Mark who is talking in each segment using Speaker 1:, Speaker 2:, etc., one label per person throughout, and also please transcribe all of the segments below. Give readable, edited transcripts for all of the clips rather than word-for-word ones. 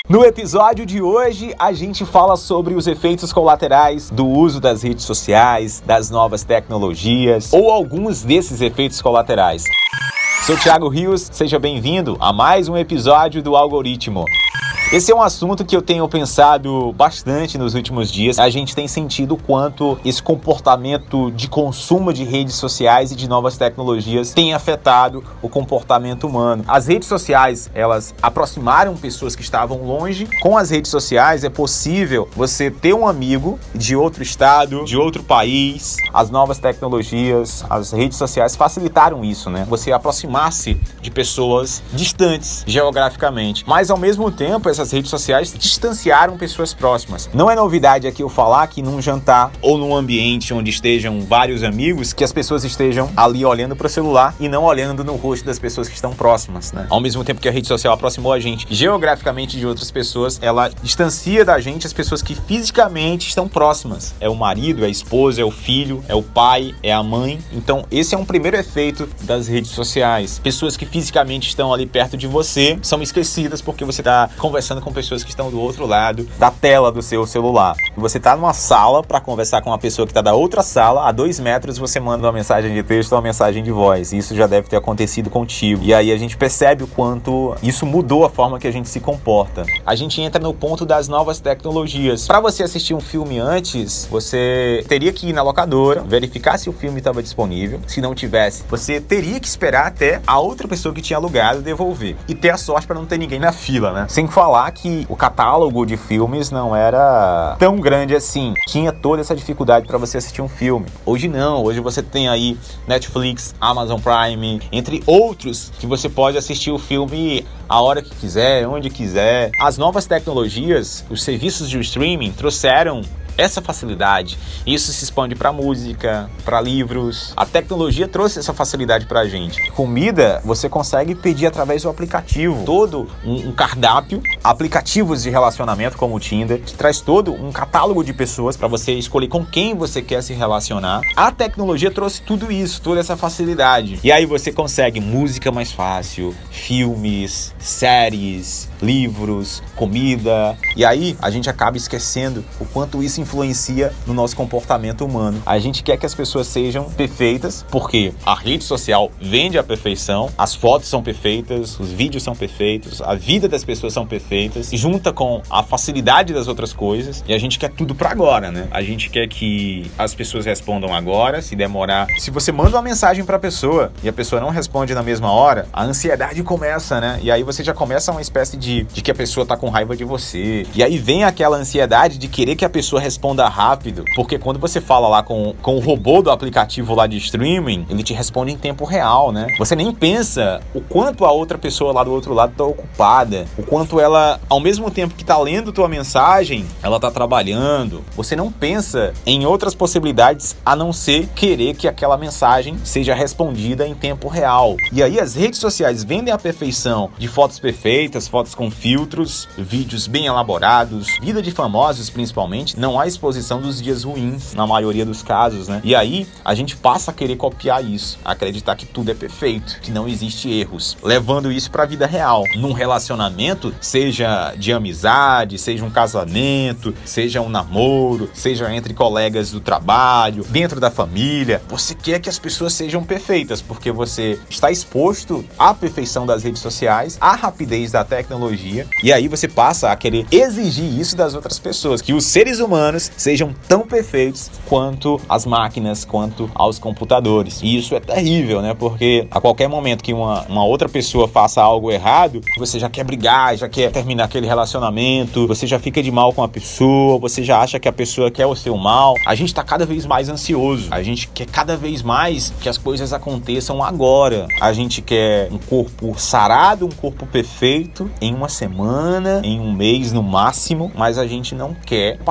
Speaker 1: No episódio de hoje, a gente fala sobre os efeitos colaterais do uso das redes sociais, das novas tecnologias ou alguns desses efeitos colaterais. Sou Thiago Rios, seja bem-vindo a mais um episódio do Algoritmo. Esse é um assunto que eu tenho pensado bastante nos últimos dias. A gente tem sentido o quanto esse comportamento de consumo de redes sociais e de novas tecnologias tem afetado o comportamento humano. As redes sociais, elas aproximaram pessoas que estavam longe. Com as redes sociais é possível você ter um amigo de outro estado, de outro país. As novas tecnologias, as redes sociais facilitaram isso, né? Você aproximar-se de pessoas distantes geograficamente. Mas ao mesmo tempo, essas redes sociais distanciaram pessoas próximas. Não é novidade aqui eu falar que num jantar ou num ambiente onde estejam vários amigos, que as pessoas estejam ali olhando para o celular e não olhando no rosto das pessoas que estão próximas, né? Ao mesmo tempo que a rede social aproximou a gente geograficamente de outras pessoas, ela distancia da gente as pessoas que fisicamente estão próximas. É o marido, é a esposa, é o filho, é o pai, é a mãe. Então esse é um primeiro efeito das redes sociais. Pessoas que fisicamente estão ali perto de você são esquecidas porque você está conversando com pessoas que estão do outro lado da tela do seu celular. Você está numa sala para conversar com uma pessoa que está da outra sala, a 2 metros você manda uma mensagem de texto ou uma mensagem de voz. Isso já deve ter acontecido contigo. E aí a gente percebe o quanto isso mudou a forma que a gente se comporta. A gente entra no ponto das novas tecnologias. Para você assistir um filme antes, você teria que ir na locadora, verificar se o filme estava disponível. Se não tivesse, você teria que esperar até a outra pessoa que tinha alugado devolver. E ter a sorte para não ter ninguém na fila, né? Sem falar que o catálogo de filmes não era tão grande assim. Tinha toda essa dificuldade para você assistir um filme. Hoje não, hoje você tem aí Netflix, Amazon Prime, entre outros, que você pode assistir o filme a hora que quiser, onde quiser. As novas tecnologias, os serviços de streaming trouxeram essa facilidade. Isso se expande para música, para livros. A tecnologia trouxe essa facilidade para a gente. Comida, você consegue pedir através do aplicativo. Todo um cardápio, aplicativos de relacionamento como o Tinder, que traz todo um catálogo de pessoas para você escolher com quem você quer se relacionar. A tecnologia trouxe tudo isso, toda essa facilidade. E aí você consegue música mais fácil, filmes, séries, livros, comida. E aí a gente acaba esquecendo o quanto isso influencia no nosso comportamento humano. A gente quer que as pessoas sejam perfeitas, porque a rede social vende a perfeição, as fotos são perfeitas, os vídeos são perfeitos, a vida das pessoas são perfeitas, junta com a facilidade das outras coisas, e a gente quer tudo pra agora, né? A gente quer que as pessoas respondam agora, se demorar. Se você manda uma mensagem pra pessoa e a pessoa não responde na mesma hora, a ansiedade começa, né? E aí você já começa uma espécie de que a pessoa tá com raiva de você. E aí vem aquela ansiedade de querer que a pessoa responda rápido, porque quando você fala lá com o robô do aplicativo lá de streaming, ele te responde em tempo real, né? Você nem pensa o quanto a outra pessoa lá do outro lado tá ocupada, o quanto ela, ao mesmo tempo que tá lendo tua mensagem, ela tá trabalhando. Você não pensa em outras possibilidades a não ser querer que aquela mensagem seja respondida em tempo real. E aí as redes sociais vendem a perfeição de fotos perfeitas, fotos com filtros, vídeos bem elaborados, vida de famosos principalmente. Não há exposição dos dias ruins, na maioria dos casos, né? E aí, a gente passa a querer copiar isso, acreditar que tudo é perfeito, que não existe erros, levando isso pra vida real. Num relacionamento, seja de amizade, seja um casamento, seja um namoro, seja entre colegas do trabalho, dentro da família, você quer que as pessoas sejam perfeitas, porque você está exposto à perfeição das redes sociais, à rapidez da tecnologia, e aí você passa a querer exigir isso das outras pessoas, que os seres humanos sejam tão perfeitos quanto as máquinas, quanto aos computadores. E isso é terrível, né? Porque a qualquer momento que uma outra pessoa faça algo errado, você já quer brigar, já quer terminar aquele relacionamento, você já fica de mal com a pessoa, você já acha que a pessoa quer o seu mal. A gente tá cada vez mais ansioso. A gente quer cada vez mais que as coisas aconteçam agora. A gente quer um corpo sarado, um corpo perfeito em uma semana, em um mês no máximo, mas a gente não quer passar pelas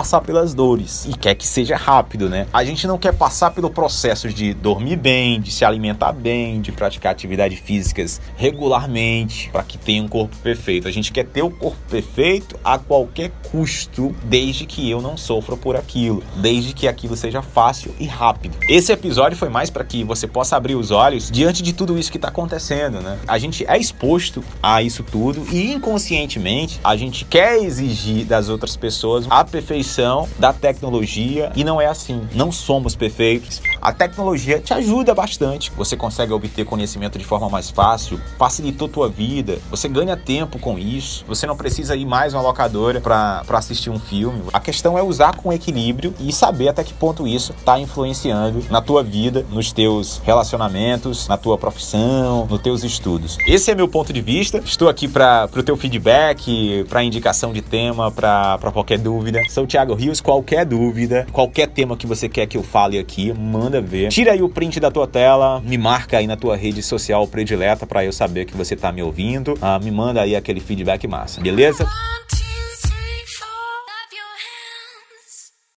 Speaker 1: das dores e quer que seja rápido, né? A gente não quer passar pelo processo de dormir bem, de se alimentar bem, de praticar atividades físicas regularmente para que tenha um corpo perfeito. A gente quer ter o corpo perfeito a qualquer custo, desde que eu não sofra por aquilo, desde que aquilo seja fácil e rápido. Esse episódio foi mais para que você possa abrir os olhos diante de tudo isso que está acontecendo, né? A gente é exposto a isso tudo e inconscientemente a gente quer exigir das outras pessoas a perfeição da tecnologia e não é assim. Não somos perfeitos. A tecnologia te ajuda bastante. Você consegue obter conhecimento de forma mais fácil, facilitou tua vida, você ganha tempo com isso, você não precisa ir mais a uma locadora para assistir um filme. A questão é usar com equilíbrio e saber até que ponto isso está influenciando na tua vida, nos teus relacionamentos, na tua profissão, nos teus estudos. Esse é meu ponto de vista. Estou aqui para o teu feedback, para indicação de tema, para qualquer dúvida. Sou o Thiago Rios. Qualquer dúvida, qualquer tema que você quer que eu fale aqui, manda ver. Tira aí o print da tua tela, me marca aí na tua rede social predileta para eu saber que você tá me ouvindo. Me manda aí aquele feedback massa, beleza?